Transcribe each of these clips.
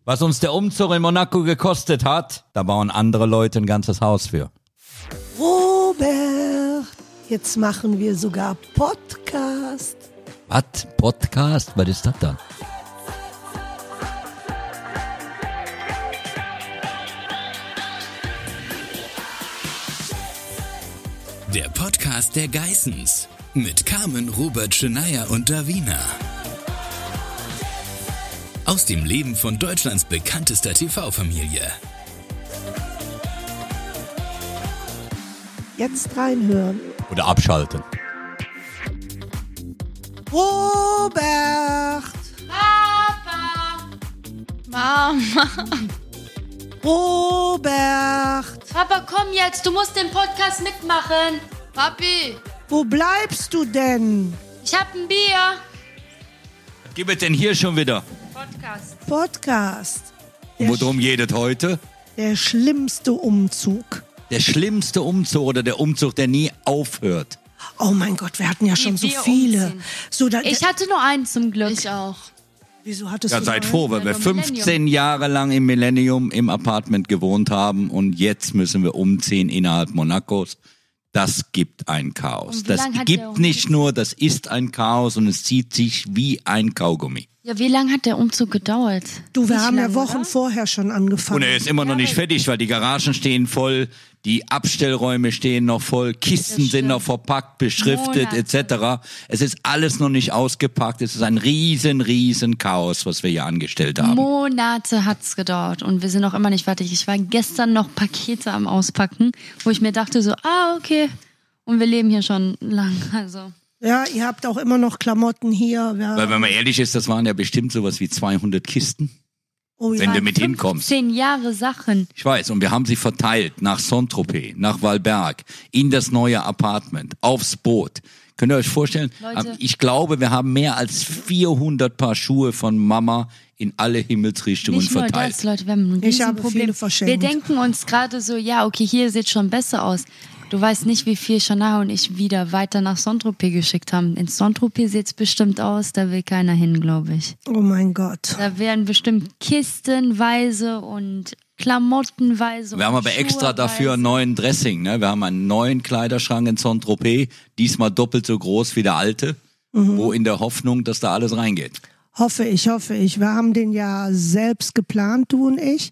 Was uns der Umzug in Monaco gekostet hat, da bauen andere Leute ein ganzes Haus für. Robert, jetzt machen wir sogar Podcast. Was? Podcast? Was ist das dann? Der Podcast der Geissens mit Carmen, Robert, Shania und Davina. Aus dem Leben von Deutschlands bekanntester TV-Familie. Jetzt reinhören. Oder abschalten. Robert! Papa! Mama! Robert! Papa, komm jetzt, du musst den Podcast mitmachen. Papi! Wo bleibst du denn? Ich hab ein Bier. Was gibt es denn hier schon wieder? Podcast. Und worum geht es heute? Der schlimmste Umzug. Der schlimmste Umzug oder der Umzug, der nie aufhört. Oh mein Gott, wir hatten ja schon so wir viele. umziehen. So, Ich hatte nur einen zum Glück. Ich auch. Wieso hattest Ja, du seid noch froh, weil wir im 15 Jahre lang im Millennium im Apartment gewohnt haben und jetzt müssen wir umziehen innerhalb Monacos. Das gibt ein Chaos. Und wie Das lang hat der gibt nicht nur, das ist ein Chaos und es zieht sich wie ein Kaugummi. Ja, wie lange hat der Umzug gedauert? Du, wir Nicht haben ja lange, Wochen oder? vorher schon angefangen. Und er ist immer noch nicht fertig, weil die Garagen stehen voll, die Abstellräume stehen noch voll, Kisten sind noch verpackt, beschriftet Monate. etc. Es ist alles noch nicht ausgepackt. Es ist ein riesen Chaos, was wir hier angestellt haben. Monate hat's gedauert und wir sind noch immer nicht fertig. Ich war gestern noch Pakete am Auspacken, wo ich mir dachte so, okay. Und wir leben hier schon lang, also. Ja, ihr habt auch immer noch Klamotten hier. Weil wenn man ehrlich ist, das waren ja bestimmt sowas wie 200 Kisten, Oh ja. wenn du mit hinkommst. 10 Jahre Sachen. Ich weiß, und wir haben sie verteilt nach Saint-Tropez, nach Valberg, in das neue Apartment, aufs Boot. Könnt ihr euch vorstellen? Leute. Ich glaube, wir haben mehr als 400 Paar Schuhe von Mama in alle Himmelsrichtungen Nicht nur verteilt. das, Leute, wir haben ein Ich habe Riesenproblem. viele verschenkt. Wir denken uns gerade so, ja, okay, hier sieht schon besser aus. Du weißt nicht, wie viel Shania und ich wieder weiter nach Saint-Tropez geschickt haben. In Saint-Tropez sieht's bestimmt aus, da will keiner hin, glaube ich. Oh mein Gott. Da werden bestimmt kistenweise und klamottenweise. Wir haben und aber extra dafür einen schuheweise. neuen Dressing. Ne? Wir haben einen neuen Kleiderschrank in Saint-Tropez, diesmal doppelt so groß wie der alte, wo in der Hoffnung, dass da alles reingeht. Hoffe ich. Wir haben den ja selbst geplant, du und ich.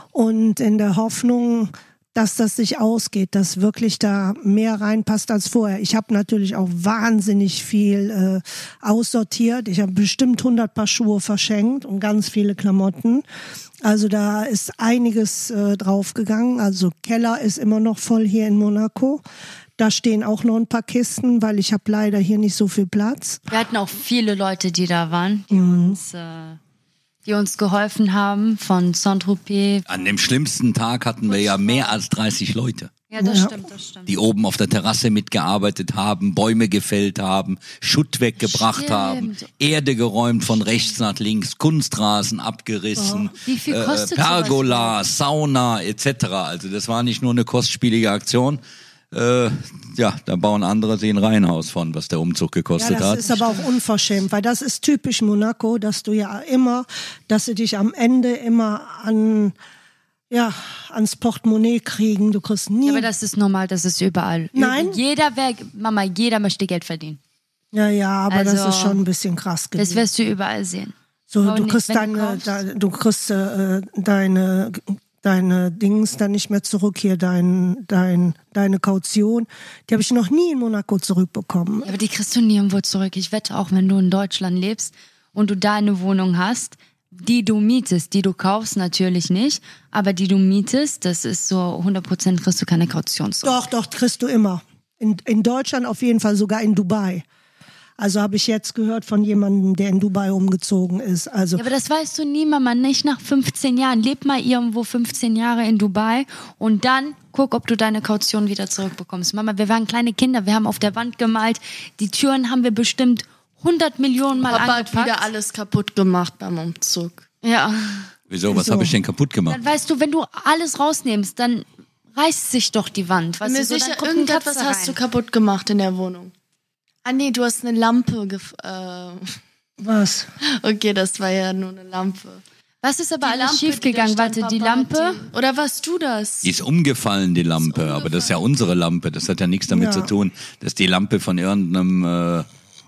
Und in der Hoffnung, dass das sich ausgeht, dass wirklich da mehr reinpasst als vorher. Ich habe natürlich auch wahnsinnig viel aussortiert. Ich habe bestimmt 100 Paar Schuhe verschenkt und ganz viele Klamotten. Also da ist einiges draufgegangen. Also Keller ist immer noch voll hier in Monaco. Da stehen auch noch ein paar Kisten, weil ich habe leider hier nicht so viel Platz. Wir hatten auch viele Leute, die da waren, die uns geholfen haben von Saint-Tropez. An dem schlimmsten Tag hatten wir ja mehr als 30 Leute, Ja, das Ja. stimmt, das stimmt. die oben auf der Terrasse mitgearbeitet haben, Bäume gefällt haben, Schutt weggebracht Stimmt. haben, Erde geräumt von rechts nach links, Kunstrasen abgerissen, Wie viel kostet Pergola, Sauna etc. Also das war nicht nur eine kostspielige Aktion. Ja, da bauen andere sich ein Reihenhaus von, was der Umzug Ja, gekostet das hat. ist aber auch unverschämt, weil das ist typisch Monaco, dass du ja immer, dass sie dich am Ende immer ans Portemonnaie kriegen. Du kriegst nie. Ja, aber das ist normal, das ist überall. Nein. Jeder möchte Geld verdienen. aber das Also, ist schon ein bisschen krass gewesen. Das wirst du überall sehen. So, Aber du nicht, kriegst wenn du kaufst. deine Dings dann nicht mehr zurück hier, deine Kaution. Die habe ich noch nie in Monaco zurückbekommen. Ja, aber die kriegst du nirgendwo zurück. Ich wette auch, wenn du in Deutschland lebst und du da eine Wohnung hast, die du mietest, die du kaufst natürlich nicht, aber die du mietest, das ist so 100% kriegst du keine Kaution zurück. Doch, kriegst du immer. In Deutschland auf jeden Fall, sogar in Dubai. Also habe ich jetzt gehört von jemandem, der in Dubai umgezogen ist. Also Ja, aber das weißt du nie, Mama, nicht nach 15 Jahren. Leb mal irgendwo 15 Jahre in Dubai und dann guck, ob du deine Kaution wieder zurückbekommst. Mama, wir waren kleine Kinder, wir haben auf der Wand gemalt, die Türen haben wir bestimmt 100 Millionen Mal Papa hat angepackt. wieder alles kaputt gemacht beim Umzug. Ja. Wieso, was habe ich denn kaputt gemacht? Dann weißt du, wenn du alles rausnimmst, dann reißt sich doch die Wand. Weißt Bin mir du, so, sicher, dann gucken irgendetwas Katzen hast du rein. kaputt gemacht in der Wohnung. Ah nee, du hast eine Lampe was? Okay, das war ja nur eine Lampe. Was ist aber Die alles Lampe, schiefgegangen? die da stand, Warte, die Papa hat Lampe? die- Oder warst du das? Die ist umgefallen, die Lampe, aber das ist ja unsere Lampe. Das hat ja nichts damit zu tun, dass die Lampe von irgendeinem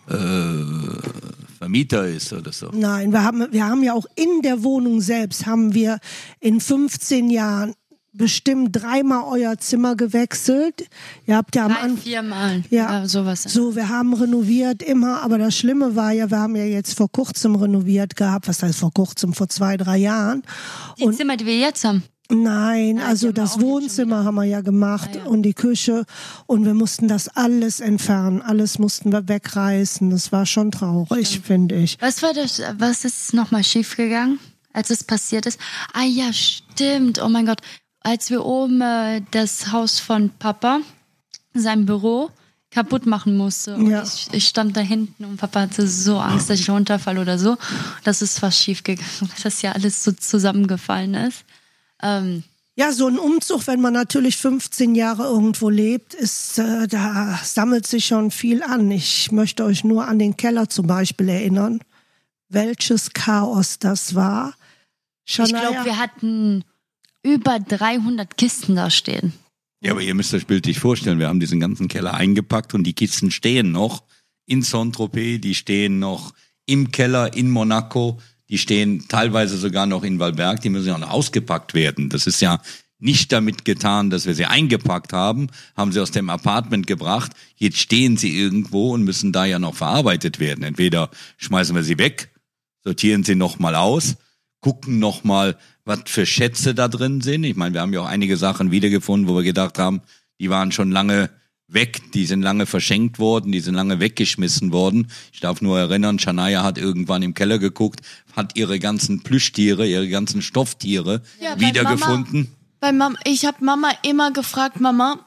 Vermieter ist oder so. Nein, wir haben ja auch in der Wohnung selbst, haben wir in 15 Jahren bestimmt 3-mal euer Zimmer gewechselt. Ihr habt ja am 4-mal. Ja, sowas. So, wir haben renoviert immer, aber das Schlimme war ja, wir haben ja jetzt vor kurzem renoviert gehabt, was heißt vor kurzem, vor 2-3 Jahren. Die Zimmer, die wir jetzt haben. Nein, also die haben wir das auch jetzt schon Wohnzimmer haben wir ja gemacht und die Küche und wir mussten das alles entfernen, alles mussten wir wegreißen. Das war schon traurig, finde ich. Was ist nochmal schiefgegangen, als es passiert ist? Ah ja, stimmt. Oh mein Gott. Als wir oben das Haus von Papa, sein Büro, kaputt machen musste. Und Ja. ich stand da hinten und Papa hatte so Angst, dass ich runterfalle oder so. Das ist fast schiefgegangen, weil das ja alles so zusammengefallen ist. Ja, so ein Umzug, wenn man natürlich 15 Jahre irgendwo lebt, da sammelt sich schon viel an. Ich möchte euch nur an den Keller zum Beispiel erinnern, welches Chaos das war. Ich glaube, Shania? wir hatten über 300 Kisten da stehen. Ja, aber ihr müsst euch bildlich vorstellen, wir haben diesen ganzen Keller eingepackt und die Kisten stehen noch in Saint-Tropez, die stehen noch im Keller in Monaco, die stehen teilweise sogar noch in Valberg, die müssen ja noch ausgepackt werden. Das ist ja nicht damit getan, dass wir sie eingepackt haben sie aus dem Apartment gebracht, jetzt stehen sie irgendwo und müssen da ja noch verarbeitet werden. Entweder schmeißen wir sie weg, sortieren sie nochmal aus, gucken nochmal, was für Schätze da drin sind. Ich meine, wir haben ja auch einige Sachen wiedergefunden, wo wir gedacht haben, die waren schon lange weg, die sind lange verschenkt worden, die sind lange weggeschmissen worden. Ich darf nur erinnern, Shania hat irgendwann im Keller geguckt, hat ihre ganzen Plüschtiere, ihre ganzen Stofftiere Ja, wiedergefunden. Ich habe Mama immer gefragt, Mama,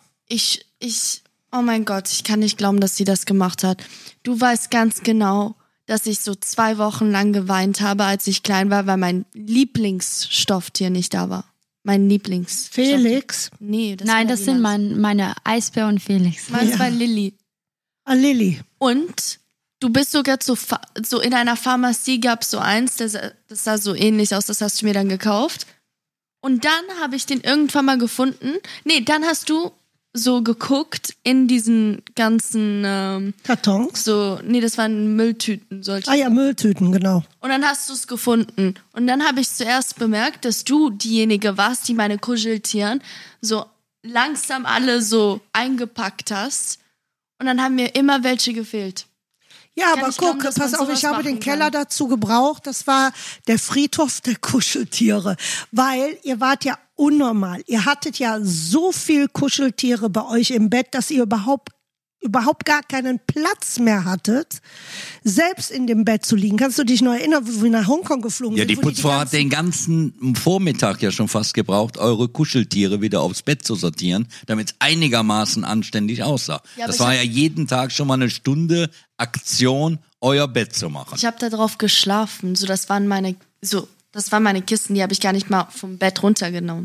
oh mein Gott, ich kann nicht glauben, dass sie das gemacht hat. Du weißt ganz genau, dass ich so 2 Wochen lang geweint habe, als ich klein war, weil mein Lieblingsstofftier nicht da war. Mein Lieblings. Felix? Nee, Nein, war das sind Linas. meine Eisbär und Felix. Meins war Lilly. Ah, Lilly. Und du bist sogar so in einer Pharmazie gab's so eins, das sah so ähnlich aus, das hast du mir dann gekauft. Und dann habe ich den irgendwann mal gefunden. Nee, dann hast du so geguckt in diesen ganzen Kartons? das waren Mülltüten, solche. Ah ja, Mülltüten, genau. Und dann hast du es gefunden. Und dann habe ich zuerst bemerkt, dass du diejenige warst, die meine Kuscheltieren so langsam alle so eingepackt hast. Und dann haben mir immer welche gefehlt. Ja, Kann aber ich glauben, guck, dass pass man auf, sowas ich habe den machen Keller kann. dazu gebraucht. Das war der Friedhof der Kuscheltiere. Weil ihr wart ja unnormal. Ihr hattet ja so viel Kuscheltiere bei euch im Bett, dass ihr überhaupt gar keinen Platz mehr hattet, selbst in dem Bett zu liegen. Kannst du dich noch erinnern, wo wir nach Hongkong geflogen Ja, sind? die wo Putzfrau hat den ganzen Vormittag ja schon fast gebraucht, eure Kuscheltiere wieder aufs Bett zu sortieren, damit es einigermaßen anständig aussah. Ja, aber das ich war hab- ja jeden Tag schon mal eine Stunde Aktion, euer Bett zu machen. Ich habe da drauf geschlafen. Das waren meine Kisten, die habe ich gar nicht mal vom Bett runtergenommen.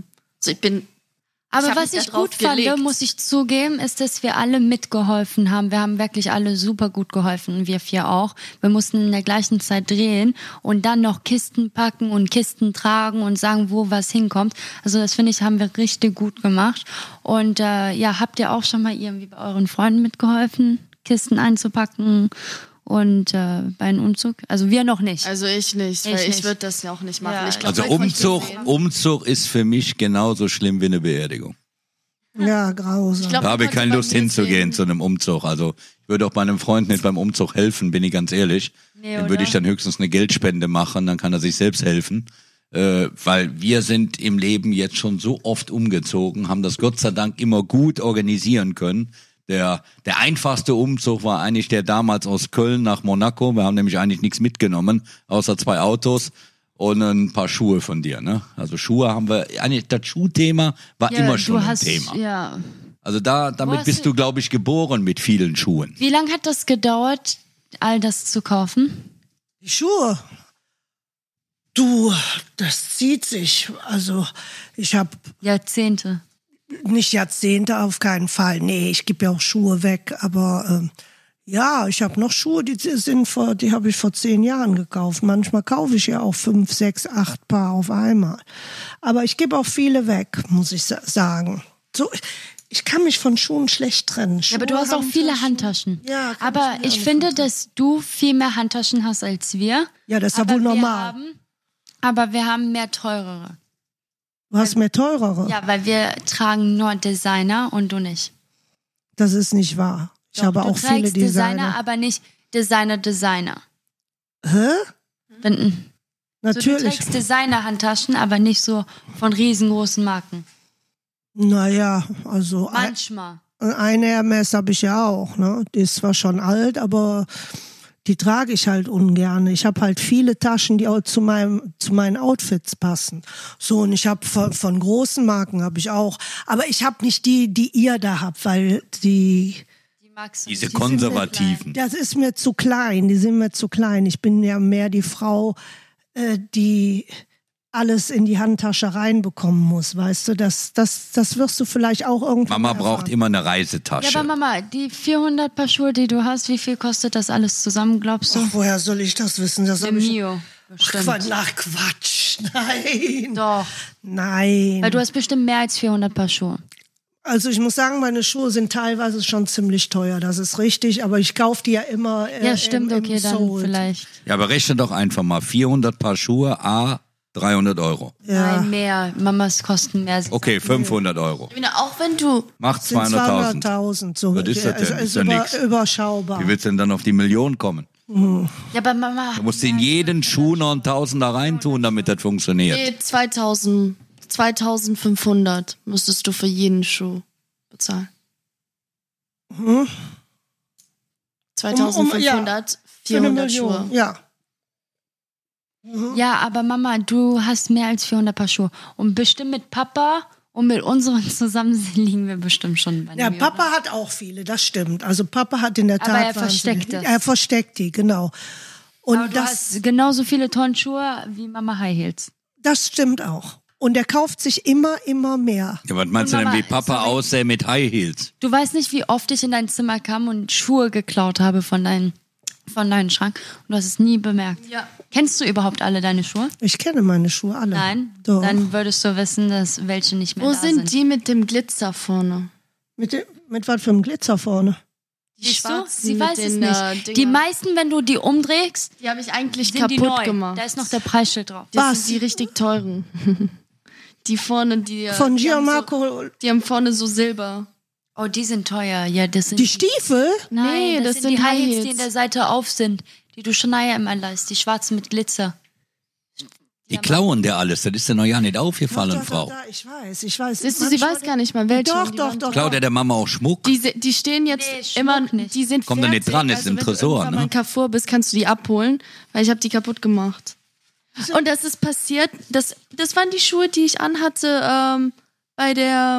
Aber hab was mich ich da drauf gut fand, gelegt. muss ich zugeben, ist, dass wir alle mitgeholfen haben. Wir haben wirklich alle super gut geholfen und wir 4 auch. Wir mussten in der gleichen Zeit drehen und dann noch Kisten packen und Kisten tragen und sagen, wo was hinkommt. Also das finde ich, haben wir richtig gut gemacht. Und habt ihr auch schon mal irgendwie bei euren Freunden mitgeholfen, Kisten einzupacken und bei einem Umzug? Also wir noch nicht. Also ich nicht, Ich weil ich nicht. würde das ja auch nicht machen. Ja, Ich glaub, Also mein Freund Umzug ist für mich genauso schlimm wie eine Beerdigung. Ja, grausam. glaub, Da habe ich konnte keine bei Lust mir hinzugehen sehen. zu einem Umzug. Also ich würde auch bei einem Freund nicht beim Umzug helfen, bin ich ganz ehrlich. Nee, Dann oder? würde ich dann höchstens eine Geldspende machen, dann kann er sich selbst helfen. Weil wir sind im Leben jetzt schon so oft umgezogen, haben das Gott sei Dank immer gut organisieren können. Der einfachste Umzug war eigentlich der damals aus Köln nach Monaco. Wir haben nämlich eigentlich nichts mitgenommen, außer 2 Autos und ein paar Schuhe von dir. Ne? Also Schuhe haben wir, eigentlich das Schuhthema war immer schon ein Thema. Ja. Also damit hast bist du- du, glaube ich, geboren mit vielen Schuhen. Wie lange hat das gedauert, all das zu kaufen? Die Schuhe. Du, das zieht sich. Also ich habe Jahrzehnte. nicht Jahrzehnte, auf keinen Fall. Nee, ich gebe ja auch Schuhe weg, aber Ja, ich habe noch Schuhe, die habe ich vor 10 Jahren gekauft. Manchmal kaufe ich ja auch 5, 6, 8 Paar auf einmal. Aber ich gebe auch viele weg, muss ich sagen. So, ich kann mich von Schuhen schlecht trennen. Ja, aber du hast auch viele Handtaschen. Ja, kann aber ich mir ich auch finde, nicht dass du viel mehr Handtaschen hast als wir. Ja, das ist ja Aber wohl wir normal. Aber wir haben mehr teurere. Du hast mehr teurere. Ja, weil wir tragen nur Designer und du nicht. Das ist nicht wahr. Ich habe du auch viele trägst Designer. aber nicht Designer. Hä? So, du Natürlich. trägst Designer-Handtaschen, aber nicht so von riesengroßen Marken. Naja, also Manchmal. eine Hermes habe ich ja auch. Ne? Die ist zwar schon alt, aber die trage ich halt ungern. Ich habe halt viele Taschen, die auch zu meinen Outfits passen. So, und ich habe von großen Marken habe ich auch. Aber ich habe nicht die ihr da habt, weil die Magst du Diese nicht. Konservativen. das ist mir zu klein. Die sind mir zu klein. Ich bin ja mehr die Frau, die alles in die Handtasche reinbekommen muss, weißt du? Das wirst du vielleicht auch irgendwann Mama mal braucht erfahren. immer eine Reisetasche. Ja, aber Mama, die 400 Paar Schuhe, die du hast, wie viel kostet das alles zusammen, glaubst du? Ach, woher soll ich das wissen? Das habe ich... Mio, bestimmt. Ach, Quatsch. Nein. Doch, Nein. weil du hast bestimmt mehr als 400 Paar Schuhe. Also ich muss sagen, meine Schuhe sind teilweise schon ziemlich teuer, das ist richtig, aber ich kaufe die ja immer Ja, stimmt, im okay, dann Sold. vielleicht. Ja, aber rechne doch einfach mal. 400 Paar Schuhe, 300 Euro. Ja. Nein, mehr. Mamas kosten mehr. Okay, 500 Euro. Auch wenn du Macht Sind 200.000. 200.000. So, Was ist das denn? Ist ja nix. Überschaubar. Wie willst du denn dann auf die Million kommen? Ja, aber Mama. Du musst in jeden Schuh noch einen Tausender reintun, damit das funktioniert. 2500 müsstest du für jeden Schuh bezahlen. 2500, Für eine 400 Million. Schuhe. Ja. Ja, aber Mama, du hast mehr als 400 Paar Schuhe. Und bestimmt mit Papa und mit unseren zusammen liegen wir bestimmt schon bei Ja, einem Papa hat auch viele, das stimmt. Also Papa hat in der Tat Aber er wahnsinnig- versteckt das. Er versteckt die, genau. Und Aber du hast genauso viele Turnschuhe wie Mama High Heels. das stimmt auch. Und er kauft sich immer mehr. Ja, was meinst du Und denn, Mama, wie Papa sorry. aussähe mit High Heels? Du weißt nicht, wie oft ich in dein Zimmer kam und Schuhe geklaut habe von deinem Schrank. Und du hast es nie bemerkt. Ja. Kennst du überhaupt alle deine Schuhe? Ich kenne meine Schuhe alle. Nein? Doch. Dann würdest du wissen, dass welche nicht mehr Wo da sind die mit dem Glitzer vorne? Mit was für einem Glitzer vorne? Siehst du? schwarzen Sie mit weiß es den, nicht. Die Dinger. meisten, wenn du die umdrehst, Die habe ich eigentlich sind die kaputt neu. gemacht. Da ist noch der Preisschild drauf. Das Was? sind die richtig teuren. Die vorne, die Von die haben Gianmarco. die haben vorne so Silber. Oh, die sind teuer. Ja, das sind Die Stiefel? Nein, Nee, das, das sind die sind High High Heels, die Heels. in der Seite auf sind, die du Shania immer leist, die schwarzen mit Glitzer. Die klauen der alles, das ist dir noch ja nicht aufgefallen, Doch, Frau. Ich weiß. Siehst du, sie weiß gar nicht mal welche. Doch, Und die doch, waren- doch. Klaut der Mama auch Schmuck? Die stehen jetzt Nee, Schmuck immer, nicht. die sind Kommt da nicht fertig. dran, ist Also im wenn Tresor, du irgendwann ne? mal in Carrefour bist, kannst du die abholen, weil ich habe die kaputt gemacht. Und das ist passiert, das waren die Schuhe, die ich anhatte bei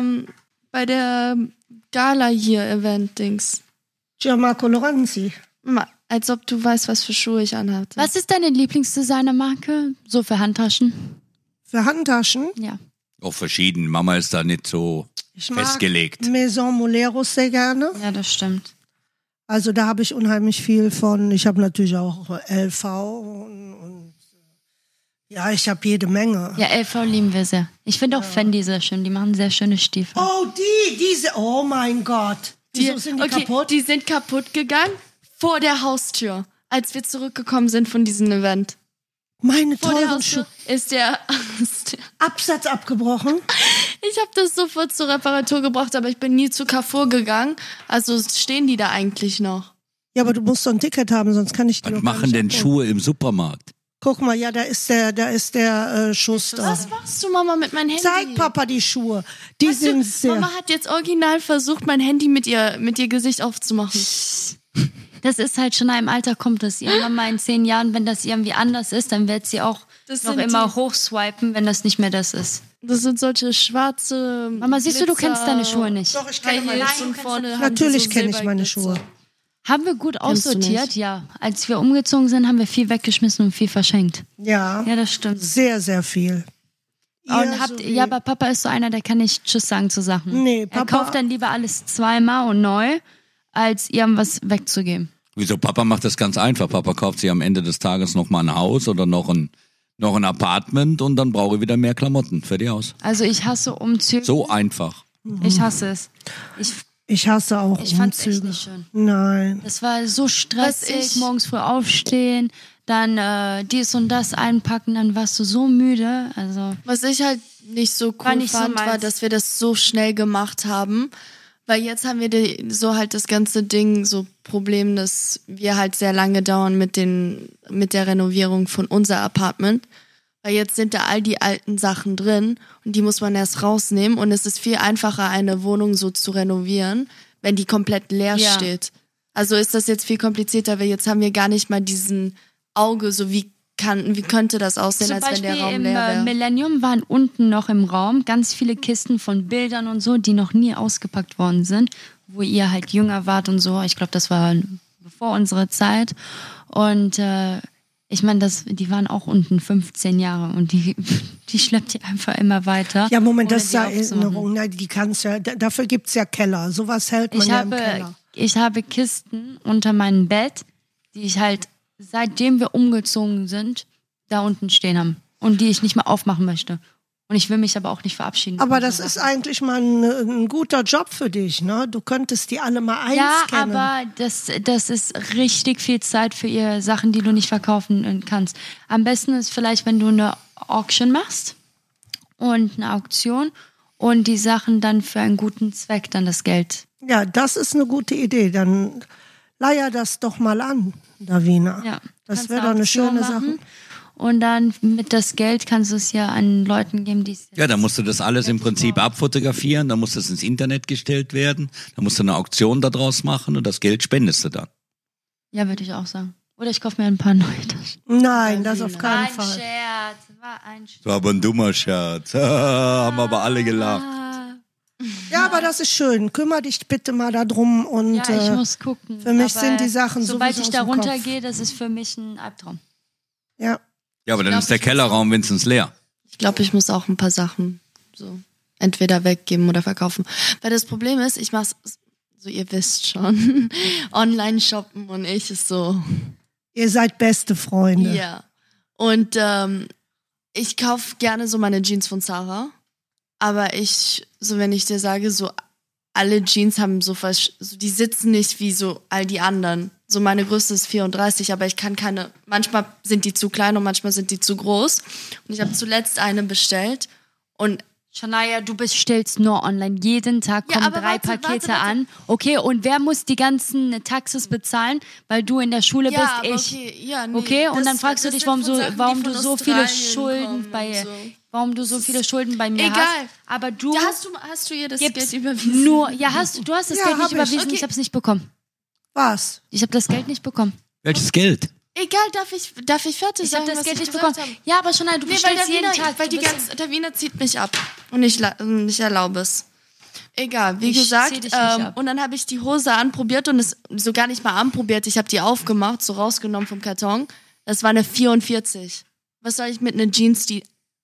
der Gala hier Event-Dings. Gianmarco Lorenzi. Mama, als ob du weißt, was für Schuhe ich anhatte. Was ist deine Lieblingsdesignermarke? So für Handtaschen? Für Handtaschen. Ja. Auch verschieden. Mama ist da nicht so Ich mag festgelegt. Maison Moleros sehr gerne. Ja, das stimmt. Also da habe ich unheimlich viel von. Ich habe natürlich auch LV und ja, ich habe jede Menge. Ja, LV lieben wir sehr. Ich finde auch Fendi sehr schön. Die machen sehr schöne Stiefel. Oh, diese. Oh mein Gott. Wieso sind die kaputt? Die sind kaputt gegangen vor der Haustür, als wir zurückgekommen sind von diesem Event. Meine Vor der teuren Haustür Schuhe. ist der Absatz abgebrochen. Ich habe das sofort zur Reparatur gebracht, aber ich bin nie zu Carrefour gegangen. Also stehen die da eigentlich noch. Ja, aber du musst so ein Ticket haben, sonst kann ich die Was noch gar machen nicht denn abholen. Schuhe im Supermarkt? Guck mal, ja, da ist der Schuster. Was machst du, Mama, mit meinem Handy? Zeig Papa die Schuhe. Die Weißt sind du, sehr... Mama hat jetzt original versucht, mein Handy mit ihr Gesicht aufzumachen. Das ist halt schon im Alter kommt das. Ihre Mama in 10 Jahren, wenn das irgendwie anders ist, dann wird sie auch Das noch sind immer die- hochswipen, wenn das nicht mehr das ist. Das sind solche schwarze. Mama, siehst du, du kennst deine Schuhe nicht. Doch, ich kenne High meine Heels Schuhe. und vorne haben Natürlich die so kenne ich meine Silberglitzer. Schuhe. Haben wir gut Kennst du aussortiert, nicht? ja. Als wir umgezogen sind, haben wir viel weggeschmissen und viel verschenkt. Ja, Ja, das stimmt. sehr, sehr viel. Und Ihr sowie- ja, aber Papa ist so einer, der kann nicht Tschüss sagen zu Sachen. Nee, Er Papa- kauft dann lieber alles zweimal und neu, als irgendwas wegzugeben. Wieso? Papa macht das ganz einfach. Papa kauft sich am Ende des Tages noch mal ein Haus oder noch ein Apartment und dann brauche ich wieder mehr Klamotten. Fertig aus. Also ich hasse Umzüge. So einfach. Ich hasse es. Ich hasse auch Ich fand's echt Umzüge. nicht schön. Nein. Das war so stressig, morgens früh aufstehen, dann dies und das einpacken, dann warst du so müde. Also Was ich halt nicht so War cool nicht so fand, war, meins. dass wir das so schnell gemacht haben. Weil jetzt haben wir so halt das ganze Ding, so Problem, dass wir halt sehr lange dauern mit der Renovierung von unser Apartment. Weil jetzt sind da all die alten Sachen drin und die muss man erst rausnehmen und es ist viel einfacher, eine Wohnung so zu renovieren, wenn die komplett leer Ja. steht. Also ist das jetzt viel komplizierter, weil jetzt haben wir gar nicht mal diesen Auge, so wie könnte das aussehen, zum als wenn Beispiel der Raum im leer wäre. Millennium waren unten noch im Raum ganz viele Kisten von Bildern und so, die noch nie ausgepackt worden sind, wo ihr halt jünger wart und so. Ich glaube, das war bevor unserer Zeit. Und ich meine, die waren auch unten 15 Jahre und die schleppt ihr einfach immer weiter. Ja, Moment, ohne das ist die ja aufzumachen. Erinnerung. Nein, die kannst ja, dafür gibt's ja Keller. Sowas hält man ja im Keller. Ich habe Kisten unter meinem Bett, die ich halt, seitdem wir umgezogen sind, da unten stehen haben. Und die ich nicht mal aufmachen möchte. Und ich will mich aber auch nicht verabschieden. Aber von das so ist Sachen. eigentlich mal ein guter Job für dich, ne? Du könntest die alle mal Ja, einscannen. aber das ist richtig viel Zeit für ihr Sachen, die du nicht verkaufen kannst. Am besten ist vielleicht, wenn du eine Auction machst und eine Auktion und die Sachen dann für einen guten Zweck dann das Geld. Ja, das ist eine gute Idee. Dann leier das doch mal an, Davina. Ja, Das kannst wäre doch eine Auktion schöne machen. Sache. Und dann mit das Geld kannst du es ja an Leuten geben, die es. Ja, dann musst du das alles im Prinzip abfotografieren, dann muss das ins Internet gestellt werden, dann musst du eine Auktion daraus machen und das Geld spendest du dann. Ja, würde ich auch sagen. Oder ich kaufe mir ein paar neue Taschen. Nein, das auf keinen Ein Fall. Scherz, war ein Scherz. Das war aber ein dummer Scherz. Haben aber alle gelacht. Ja, aber das ist schön. Kümmer dich bitte mal darum. Und Ja, ich muss gucken. für mich Aber sind die Sachen sobald sowieso ich da aus dem Kopf. runtergehe, das ist für mich ein Albtraum. ja. Ja, aber dann ist der Kellerraum wenigstens leer. Ich glaube, ich muss auch ein paar Sachen so entweder weggeben oder verkaufen. Weil das Problem ist, ich mach's, so ihr wisst schon, online shoppen und ich ist so, Ihr seid beste Freunde. ja. Und ich kaufe gerne so meine Jeans von Zara, aber wenn ich dir sage, so alle Jeans haben so die sitzen nicht wie so all die anderen. So meine Größe ist 34, aber ich kann manchmal sind die zu klein und manchmal sind die zu groß. Und ich habe zuletzt eine bestellt und Shania, du bestellst nur online. Jeden Tag Ja, kommen aber 3 warte, Pakete warte. an. Okay, und wer muss die ganzen Taxes bezahlen? Weil du in der Schule bist, aber ich. okay, ja, nee, Okay, und das- dann fragst du das dich, sind warum von du Sachen, die so von viele Australien Schulden kommen bei, und so. warum du so viele Schulden bei mir Egal. hast. Aber du Ja, hast du ihr das gibst Geld überwiesen? nur, ja, du hast das Ja, Geld nicht hab ich. überwiesen, Okay. ich habe es nicht bekommen. Was? Ich habe das Geld nicht bekommen. Welches Geld? Egal, darf ich fertig Ich sagen, habe das was Geld ich nicht gesagt bekommen. habe? Ja, aber Shania, du Nee, weil bestellst jeden Tag. weil Du bist Davina zieht mich ab und ich erlaube es. Egal, wie Ich zieh gesagt, dich nicht ab. und dann habe ich die Hose anprobiert und es so gar nicht mal anprobiert. Ich habe die aufgemacht, so rausgenommen vom Karton. Das war eine 44. Was soll ich mit einer Jeans, die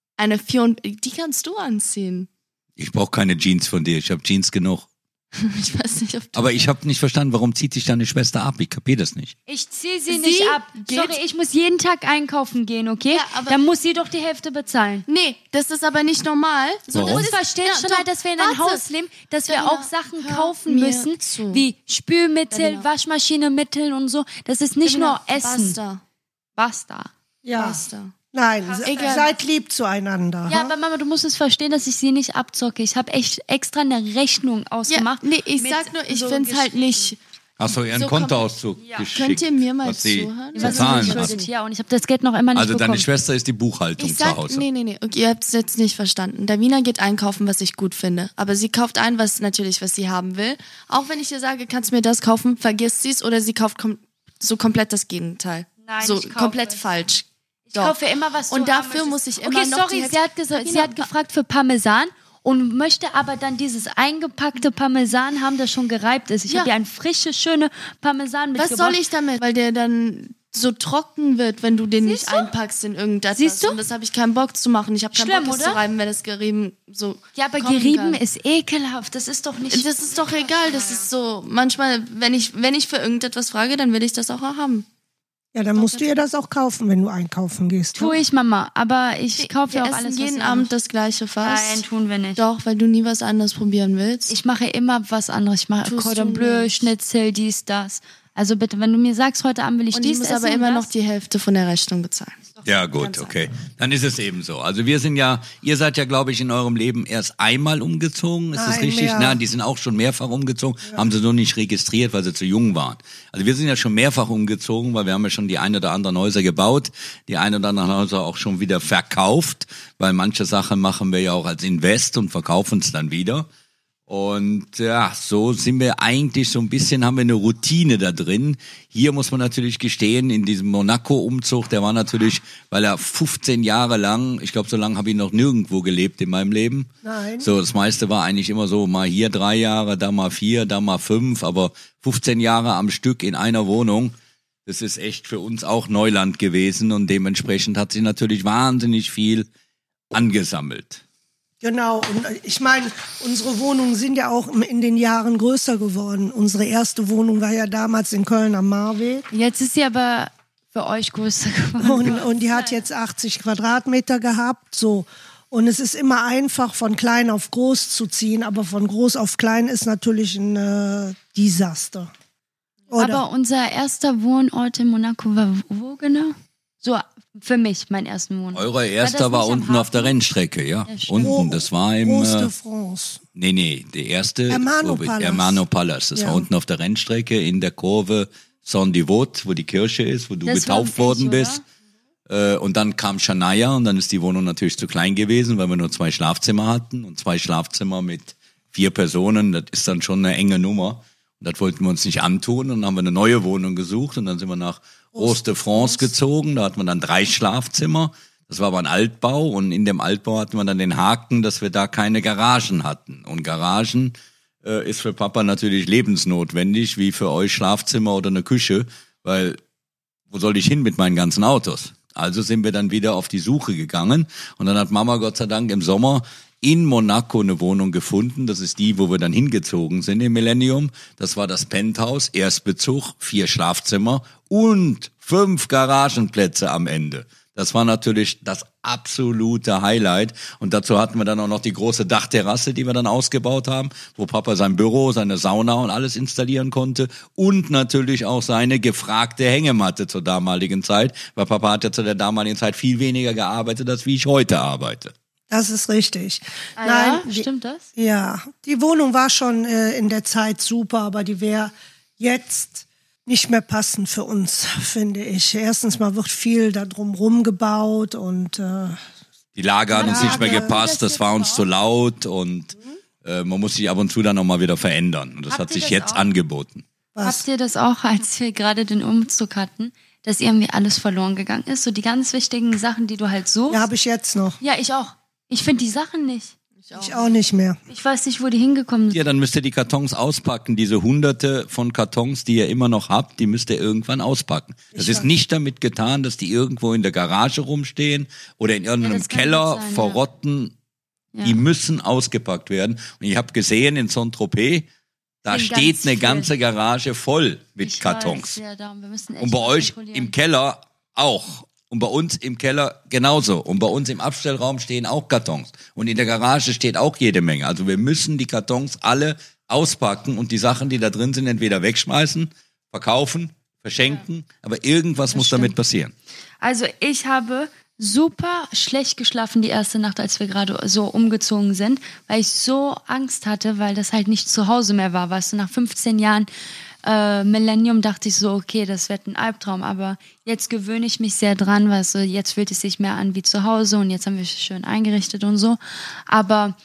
kannst du anziehen? Ich brauche keine Jeans von dir, ich habe Jeans genug. Ich weiß nicht, ob du... Aber ich habe nicht verstanden, warum zieht sich deine Schwester ab? Ich kapier das nicht. Ich ziehe sie Sie nicht ab. geht- Sorry, ich muss jeden Tag einkaufen gehen, okay? Ja, aber- Dann muss sie doch die Hälfte bezahlen. Nee, das ist aber nicht normal. So, Warum? Du das musst ist- verstehen, Ja, schon doch, halt, dass wir in einem warte. Haus leben, dass wir Davina, auch Sachen hör kaufen mir müssen, zu. wie Spülmittel, Davina. Waschmaschine-Mittel und so. Das ist nicht nur Essen. Basta. Basta. Ja. Basta. Nein, Egal. seid lieb zueinander. Ja, ha? aber Mama, du musst es verstehen, dass ich sie nicht abzocke. Ich habe echt extra eine Rechnung Ja, ausgemacht. nee, ich mit sag nur, ich so find's halt geschrieben. nicht... Hast du ihren So Kontoauszug geschickt? Könnt ihr mir mal was sie zuhören? zu Was zahlen ist hat? geschuldet? Ja, und ich habe das Geld noch immer nicht Also deine bekommen. Schwester ist die Buchhaltung Ich zu sag, Hause. nee, okay, ihr habt es jetzt nicht verstanden. Davina geht einkaufen, was ich gut finde. Aber sie kauft ein, was sie haben will. Auch wenn ich ihr sage, kannst du mir das kaufen, vergisst sie es oder sie kauft so komplett das Gegenteil. Nein, so ich kaufe komplett es. falsch. Ich kaufe immer, was du Und haben dafür möchtest. muss ich immer okay, noch sorry, die sie hat gefragt für Parmesan und möchte aber dann dieses eingepackte Parmesan haben, das schon gereibt ist. Ich Ja. habe ihr ein frisches, schöne Parmesan Was mitgebracht. soll ich damit? Weil der dann so trocken wird, wenn du den Siehst nicht du? einpackst in irgendetwas. Siehst du? Und das habe ich keinen Bock zu machen. Ich habe keinen Schlimm, Bock, es oder? zu reiben, wenn es gerieben so Ja, aber kommen gerieben kann. ist ekelhaft. Das ist doch nicht... Das ist doch egal. Das ist so, manchmal, wenn ich für irgendetwas frage, dann will ich das auch haben. Ja, dann musst du ihr das auch kaufen, wenn du einkaufen gehst. Tue ich, Mama. Aber ich kaufe Wir ja auch essen alles, was jeden ihr Abend macht. das gleiche fast. Nein, tun wir nicht. Doch, weil du nie was anderes probieren willst. Ich mache immer was anderes. Ich mache Tust Cordon du Bleu, nicht. Schnitzel, dies, das. Also bitte, wenn du mir sagst, heute Abend will ich Und ich dies muss essen, aber immer das, noch die Hälfte von der Rechnung bezahlen. Ja, gut, okay. Dann ist es eben so. Also ihr seid ja, glaube ich, in eurem Leben erst einmal umgezogen. Ist das Nein, richtig? mehr. Nein, die sind auch schon mehrfach umgezogen, haben sie nur nicht registriert, weil sie zu jung waren. Also wir sind ja schon mehrfach umgezogen, weil wir haben ja schon die ein oder anderen Häuser gebaut, die ein oder anderen Häuser auch schon wieder verkauft, weil manche Sachen machen wir ja auch als Invest und verkaufen es dann wieder. Und ja, so sind wir eigentlich so ein bisschen, haben wir eine Routine da drin. Hier muss man natürlich gestehen, in diesem Monaco-Umzug, der war natürlich, weil er 15 Jahre lang, ich glaube, so lange habe ich noch nirgendwo gelebt in meinem Leben. Nein. So, das meiste war eigentlich immer so, mal hier 3 Jahre, da mal 4, da mal 5, aber 15 Jahre am Stück in einer Wohnung, das ist echt für uns auch Neuland gewesen und dementsprechend hat sich natürlich wahnsinnig viel angesammelt. Genau, und ich meine, unsere Wohnungen sind ja auch in den Jahren größer geworden. Unsere erste Wohnung war ja damals in Köln am Marweg Jetzt ist sie aber für euch größer geworden. und die hat jetzt 80 Quadratmeter gehabt, so. Und es ist immer einfach, von klein auf groß zu ziehen, aber von groß auf klein ist natürlich ein Desaster. Oder? Aber unser erster Wohnort in Monaco war wo genau? So, für mich, mein ersten Wohnort. Euer erster war nicht am unten auf der Hafen? Rennstrecke, ja. Ja, stimmt. Unten, das war im... Groß de France. Nee, der erste... Hermano Palace. Hermano Palace. Das Ja. war unten auf der Rennstrecke in der Kurve Saint-Divot, wo die Kirche ist, wo du Das war getauft worden ich, bist. Und dann kam Shania und dann ist die Wohnung natürlich zu klein gewesen, weil wir nur 2 Schlafzimmer hatten. Und 2 Schlafzimmer mit 4 Personen, das ist dann schon eine enge Nummer. Und das wollten wir uns nicht antun. Und dann haben wir eine neue Wohnung gesucht und dann sind wir nach Rose de France gezogen. Da hatten wir dann 3 Schlafzimmer. Das war aber ein Altbau und in dem Altbau hatten wir dann den Haken, dass wir da keine Garagen hatten. Und Garagen ist für Papa natürlich lebensnotwendig, wie für euch Schlafzimmer oder eine Küche, weil wo soll ich hin mit meinen ganzen Autos? Also sind wir dann wieder auf die Suche gegangen und dann hat Mama Gott sei Dank im Sommer in Monaco eine Wohnung gefunden. Das ist die, wo wir dann hingezogen sind im Millennium. Das war das Penthouse, Erstbezug, 4 Schlafzimmer und 5 Garagenplätze am Ende. Das war natürlich das absolute Highlight. Und dazu hatten wir dann auch noch die große Dachterrasse, die wir dann ausgebaut haben, wo Papa sein Büro, seine Sauna und alles installieren konnte. Und natürlich auch seine gefragte Hängematte zur damaligen Zeit, weil Papa hat ja zu der damaligen Zeit viel weniger gearbeitet, als wie ich heute arbeite. Das ist richtig. Ah, Nein, ja? Stimmt das? Ja, die Wohnung war schon in der Zeit super, aber die wäre jetzt nicht mehr passend für uns, finde ich. Erstens mal wird viel da drumherum gebaut und Die Lage hat uns nicht mehr gepasst, das war uns zu laut und man muss sich ab und zu dann nochmal wieder verändern. Und das Habt hat ihr sich das jetzt auch? angeboten. Habt ihr das auch, als wir gerade den Umzug hatten, dass irgendwie alles verloren gegangen ist? So die ganz wichtigen Sachen, die du halt suchst? ja, habe ich jetzt noch. Ja, ich auch. Ich finde die Sachen nicht. Ich auch nicht mehr. Ich weiß nicht, wo die hingekommen sind. Ja, dann müsst ihr die Kartons auspacken. Diese Hunderte von Kartons, die ihr immer noch habt, die müsst ihr irgendwann auspacken. Das ist nicht damit getan, dass die irgendwo in der Garage rumstehen oder in irgendeinem das kann Keller gut sein, ja. verrotten. Ja. Die müssen ausgepackt werden. Und ich habe gesehen in Saint-Tropez, da Sind steht ganz eine viel. ganze Garage voll mit Ich Kartons. Weiß, ja, darum, wir müssen echt Und bei mal euch kontrollieren. im Keller auch. Und bei uns im Keller genauso. Und bei uns im Abstellraum stehen auch Kartons. Und in der Garage steht auch jede Menge. Also wir müssen die Kartons alle auspacken und die Sachen, die da drin sind, entweder wegschmeißen, verkaufen, verschenken. Aber irgendwas muss damit passieren. Also ich habe super schlecht geschlafen die erste Nacht, als wir gerade so umgezogen sind, weil ich so Angst hatte, weil das halt nicht zu Hause mehr war. Weißt du, nach 15 Jahren Millennium dachte ich so, okay, das wird ein Albtraum, aber jetzt gewöhne ich mich sehr dran, weißt du, jetzt fühlt es sich mehr an wie zu Hause und jetzt haben wir schön eingerichtet und so, aber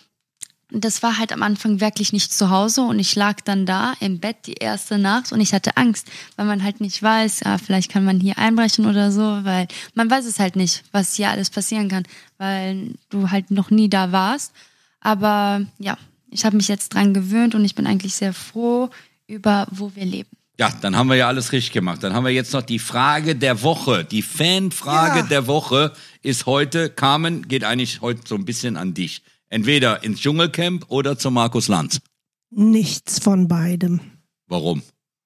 das war halt am Anfang wirklich nicht zu Hause und ich lag dann da im Bett die erste Nacht und ich hatte Angst, weil man halt nicht weiß, vielleicht kann man hier einbrechen oder so, weil man weiß es halt nicht, was hier alles passieren kann, weil du halt noch nie da warst, aber ja, ich habe mich jetzt dran gewöhnt und ich bin eigentlich sehr froh über wo wir leben. Ja, dann haben wir ja alles richtig gemacht. Dann haben wir jetzt noch die Frage der Woche. Die Fanfrage der Woche ist heute, Carmen, geht eigentlich heute so ein bisschen an dich. Entweder ins Dschungelcamp oder zu Markus Lanz. Nichts von beidem. Warum?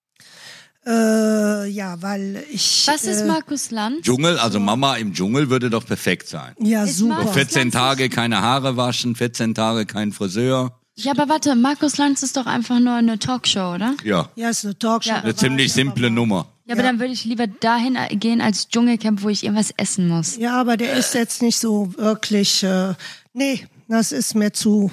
Ja, weil ich... Was ist Markus Lanz? Dschungel, also Mama im Dschungel würde doch perfekt sein. Ja, Ist super. Markus 14 Lanz Tage keine Haare waschen, 14 Tage kein Friseur. Ja, aber warte, Markus Lanz ist doch einfach nur eine Talkshow, oder? Ja, Ja, ist eine Talkshow. Ja. da eine war ziemlich ich aber simple mal. Nummer. Ja, aber dann würde ich lieber dahin gehen als Dschungelcamp, wo ich irgendwas essen muss. Ja, aber der ist jetzt nicht so wirklich... nee, das ist mir zu...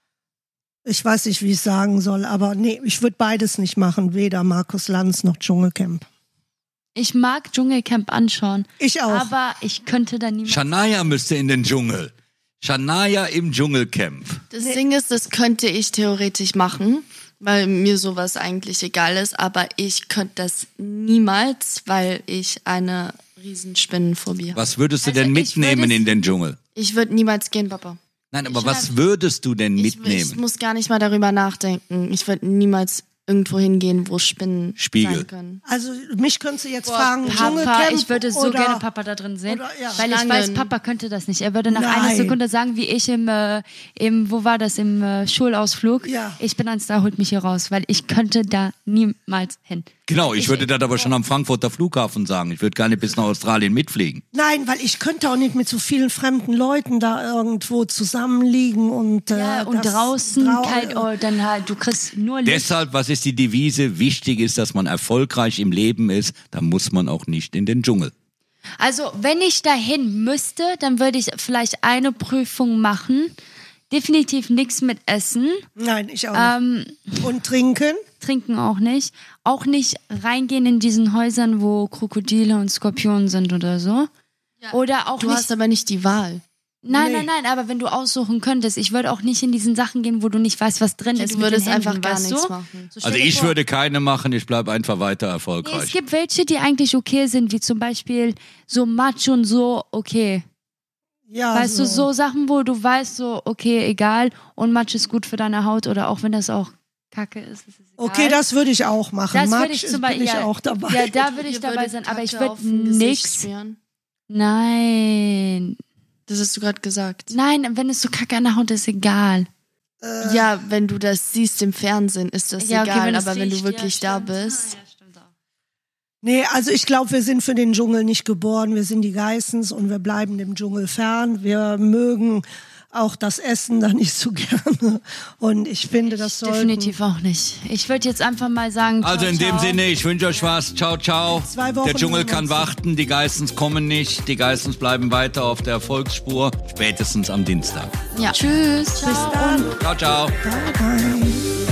Ich weiß nicht, wie ich sagen soll, aber nee, ich würde beides nicht machen. Weder Markus Lanz noch Dschungelcamp. Ich mag Dschungelcamp anschauen. Ich auch. Aber ich könnte da niemals... Shania müsste in den Dschungel. Shania im Dschungelcamp. Das Ding ist, das könnte ich theoretisch machen, weil mir sowas eigentlich egal ist, aber ich könnte das niemals, weil ich eine Riesenspinnenphobie habe. Was würdest du Also denn ich mitnehmen würde- in den Dschungel? Ich würde niemals gehen, Papa. Nein, aber was würdest du denn Ich mitnehmen? muss gar nicht mal darüber nachdenken. Ich würde niemals irgendwo hingehen, wo Spinnen Spiegel. sein können. Also mich könntest du jetzt fragen, Papa, Dschungelcamp ich würde so oder, gerne Papa da drin sehen, oder, ja. weil ich Schlangen. weiß, Papa könnte das nicht. Er würde nach Nein. einer Sekunde sagen, wie ich im wo war das, im Schulausflug. Ja. Ich bin ein Star, holt mich hier raus, weil ich könnte da niemals hin. Genau, ich würde das aber schon am Frankfurter Flughafen sagen. Ich würde gar nicht bis nach Australien mitfliegen. Nein, weil ich könnte auch nicht mit so vielen fremden Leuten da irgendwo zusammenliegen und Ja, und das draußen kalt, oh, dann halt, du kriegst nur Licht. Deshalb, was ist die Devise? Wichtig ist, dass man erfolgreich im Leben ist. Da muss man auch nicht in den Dschungel. Also, wenn ich dahin müsste, dann würde ich vielleicht eine Prüfung machen. Definitiv nichts mit Essen. Nein, ich auch nicht. Und trinken? Trinken auch nicht. Auch nicht reingehen in diesen Häusern, wo Krokodile und Skorpionen sind oder so. Oder auch Du nicht. hast aber nicht die Wahl. Nein, Nee. nein, aber wenn du aussuchen könntest, ich würde auch nicht in diesen Sachen gehen, wo du nicht weißt, was drin ist. Du mit würdest den Händen, einfach gar weißt nichts du? machen. So, stell Also dir ich vor- würde keine machen, ich bleibe einfach weiter Nee, erfolgreich. es gibt welche, die eigentlich okay sind, wie zum Beispiel so Matsch und so, okay. Ja, Weißt du, so Sachen, wo du weißt, so, okay, egal, und Matsch ist gut für deine Haut oder auch wenn das auch Kacke ist, ist es egal. Okay, das würde ich auch machen. Das würde Matsch ich zum bin Beispiel, ich ja, auch dabei. Ja, da würde ich Ihr dabei würdet sein, aber ich Kacke würde auf dem Gesicht nix. schmieren. Nein. Das hast du gerade gesagt. Nein, wenn es so Kacke an der Haut ist, egal. Ja, wenn du das siehst im Fernsehen, ist das Ja, okay, egal, wenn du es aber wenn du siehst, wirklich ja, da stimmt. bist. Ah, ja, stimmt auch. Nee, also ich glaube, wir sind für den Dschungel nicht geboren. Wir sind die Geissens und wir bleiben dem Dschungel fern. Wir mögen auch das Essen da nicht so gerne. Und ich finde, das sollten... Definitiv auch nicht. Ich würde jetzt einfach mal sagen, Also ciao, in dem ciao. Sinne, ich wünsche euch was. Ciao, ciao. 2 Wochen Der Dschungel haben wir kann uns- warten, die Geissens kommen nicht. Die Geissens bleiben weiter auf der Erfolgsspur. Spätestens am Dienstag. Ja. Tschüss. Bis dann. Ciao, ciao. Bye, bye.